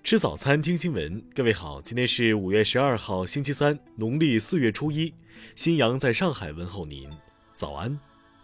吃早餐，听新闻。各位好，今天是5月12号，星期三，农历4月初1。新阳在上海问候您，早安。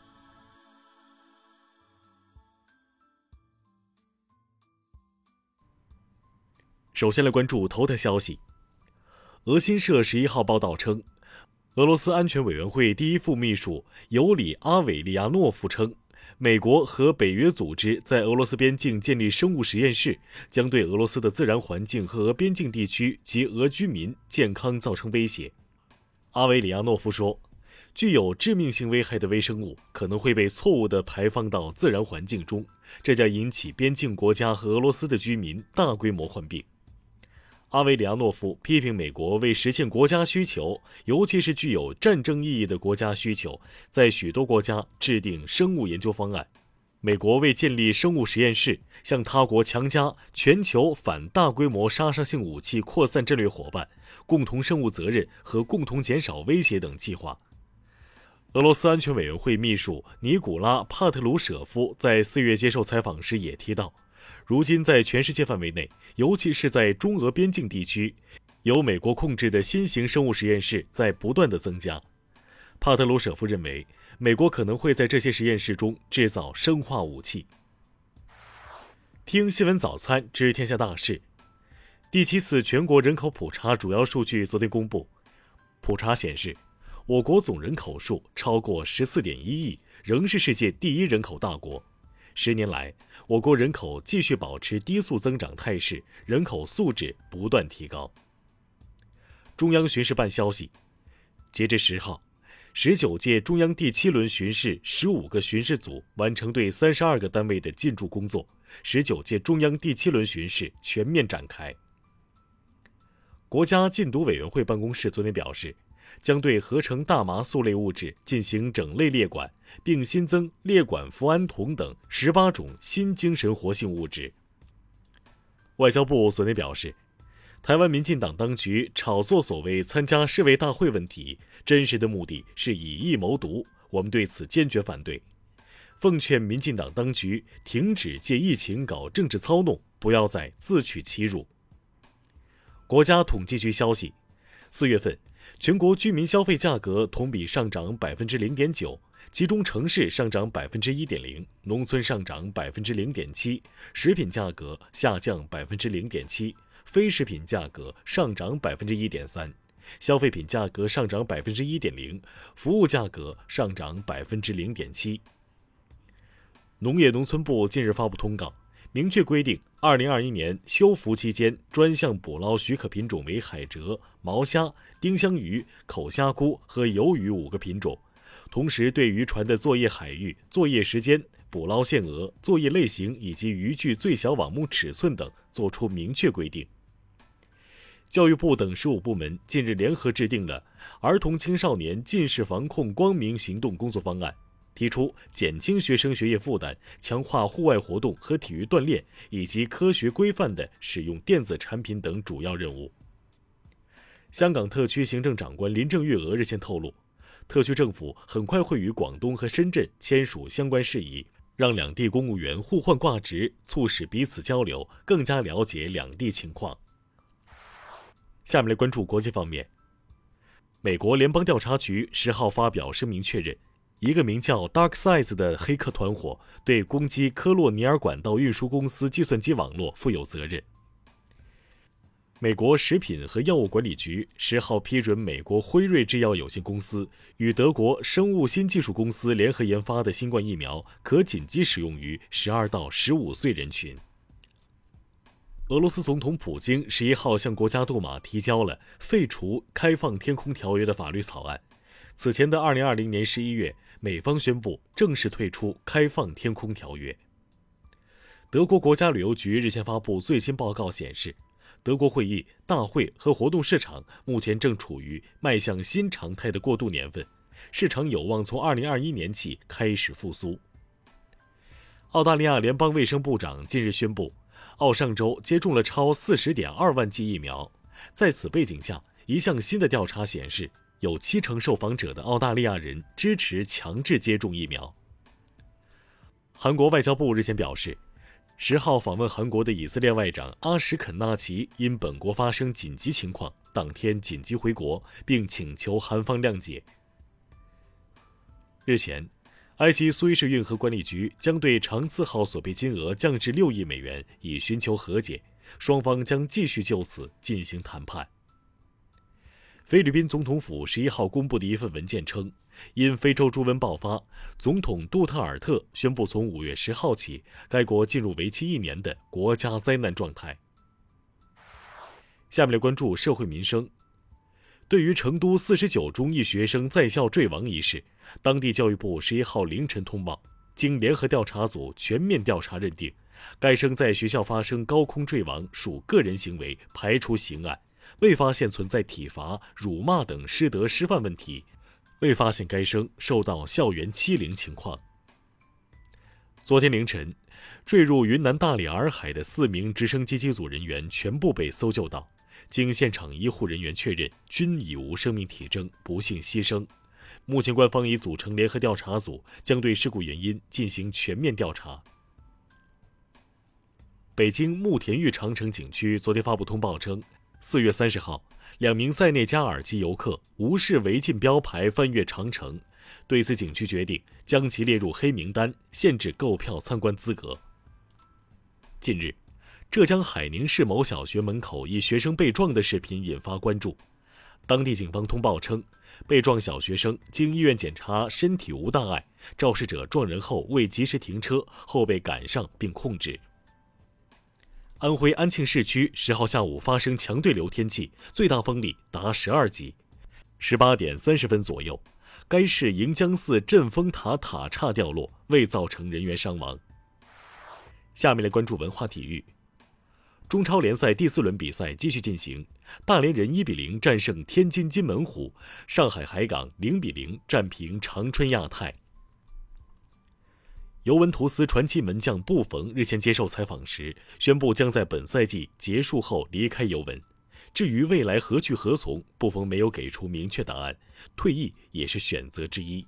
首先来关注头条消息。俄新社11号报道称，俄罗斯安全委员会第一副秘书尤里·阿韦利亚诺夫称，美国和北约组织在俄罗斯边境建立生物实验室，将对俄罗斯的自然环境和俄边境地区及俄居民健康造成威胁。阿韦里亚诺夫说，具有致命性危害的微生物可能会被错误地排放到自然环境中，这将引起边境国家和俄罗斯的居民大规模患病。阿维里亚诺夫批评美国为实现国家需求，尤其是具有战争意义的国家需求，在许多国家制定生物研究方案。美国为建立生物实验室，向他国强加全球反大规模杀伤性武器扩散战略伙伴、共同生物责任和共同减少威胁等计划。俄罗斯安全委员会秘书尼古拉·帕特鲁舍夫在4月接受采访时也提到，如今在全世界范围内，尤其是在中俄边境地区，由美国控制的新型生物实验室在不断的增加。帕特鲁舍夫认为，美国可能会在这些实验室中制造生化武器。听新闻早餐知天下大事。第7次全国人口普查主要数据昨天公布，普查显示，我国总人口数超过14.1亿，仍是世界第一人口大国。10年来，我国人口继续保持低速增长态势，人口素质不断提高。中央巡视办消息，截至10号，19届中央第7轮巡视15个巡视组完成对32个单位的进驻工作，19届中央第7轮巡视全面展开。国家禁毒委员会办公室昨天表示，将对合成大麻素类物质进行整类列管，并新增列管氟胺酮等18种新精神活性物质。外交部昨天表示，台湾民进党当局炒作所谓参加世卫大会问题，真实的目的是以疫谋独，我们对此坚决反对，奉劝民进党当局停止借疫情搞政治操弄，不要再自取其辱。国家统计局消息，4月份全国居民消费价格同比上涨 0.9%， 其中城市上涨 1.0%， 农村上涨 0.7%， 食品价格下降 0.7%， 非食品价格上涨 1.3%， 消费品价格上涨 1.0%， 服务价格上涨 0.7%。 农业农村部近日发布通告，明确规定2021年休渔期间专项捕捞许可品种为海蜇、毛虾、丁香鱼、口虾菇和鱿鱼5个品种，同时对渔船的作业海域、作业时间、捕捞限额、作业类型以及渔具最小网目尺寸等作出明确规定。教育部等15部门近日联合制定了儿童青少年近视防控光明行动工作方案，提出减轻学生学业负担、强化户外活动和体育锻炼，以及科学规范地使用电子产品等主要任务。香港特区行政长官林郑月娥日前透露，特区政府很快会与广东和深圳签署相关事宜，让两地公务员互换挂职，促使彼此交流，更加了解两地情况。下面来关注国际方面。美国联邦调查局10号发表声明确认，一个名叫 DarkSide 的黑客团伙对攻击科洛尼尔管道运输公司计算机网络负有责任。美国食品和药物管理局10号批准美国辉瑞制药有限公司与德国生物新技术公司联合研发的新冠疫苗可紧急使用于12到15岁人群。俄罗斯总统普京11号向国家杜马提交了废除开放天空条约的法律草案。此前的2020年11月，美方宣布正式退出开放天空条约。德国国家旅游局日前发布最新报告显示，德国会议、大会和活动市场目前正处于迈向新常态的过渡年份，市场有望从2021年起开始复苏。澳大利亚联邦卫生部长近日宣布，澳上周接种了超40.2万剂疫苗。在此背景下，一项新的调查显示，有70%受访者的澳大利亚人支持强制接种疫苗。韩国外交部日前表示， 10号访问韩国的以色列外长阿什肯纳奇因本国发生紧急情况，当天紧急回国，并请求韩方谅解。日前，埃及苏伊士运河管理局将对长次号索赔金额降至6亿美元，以寻求和解，双方将继续就此进行谈判。菲律宾总统府11号公布的一份文件称，因非洲猪瘟爆发，总统杜特尔特宣布从5月10号起，该国进入为期1年的国家灾难状态。下面来关注社会民生。对于成都49中一学生在校坠亡一事，当地教育部11号凌晨通报，经联合调查组全面调查认定，该生在学校发生高空坠亡属个人行为，排除刑案，未发现存在体罚、辱骂等师德师范问题，未发现该生受到校园欺凌情况。昨天凌晨，坠入云南大理洱海的4名直升机机组人员全部被搜救到，经现场医护人员确认，均已无生命体征，不幸牺牲。目前官方已组成联合调查组，将对事故原因进行全面调查。北京慕田峪长城景区昨天发布通报称，4月30号，2名塞内加尔籍游客无视违禁标牌翻越长城，对此景区决定将其列入黑名单，限制购票参观资格。近日，浙江海宁市某小学门口一学生被撞的视频引发关注。当地警方通报称，被撞小学生经医院检查身体无大碍，肇事者撞人后未及时停车，后被赶上并控制。安徽安庆市区10号下午发生强对流天气，最大风力达12级。18点30分左右，该市迎江寺镇风塔塔刹掉落，未造成人员伤亡。下面来关注文化体育。中超联赛第4轮比赛继续进行，大连人1比0战胜天津津门虎，上海海港0比0战平长春亚泰。尤文图斯传奇门将布冯日前接受采访时宣布，将在本赛季结束后离开尤文。至于未来何去何从，布冯没有给出明确答案，退役也是选择之一。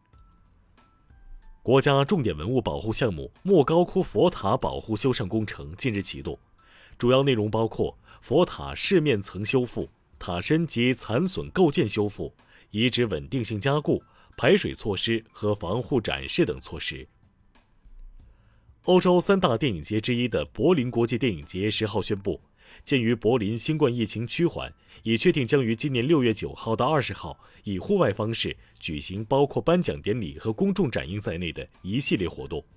国家重点文物保护项目莫高窟佛塔保护修缮工程近日启动，主要内容包括佛塔饰面层修复、塔身及残损构件修复、遗址稳定性加固、排水措施和防护展示等措施。欧洲3大电影节之一的柏林国际电影节10号宣布，鉴于柏林新冠疫情趋缓，已确定将于今年6月9号到20号以户外方式举行包括颁奖典礼和公众展映在内的一系列活动。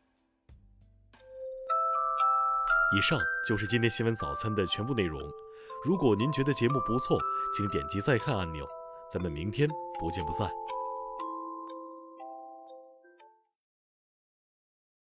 以上就是今天新闻早餐的全部内容。如果您觉得节目不错，请点击再看按钮。咱们明天不见不散。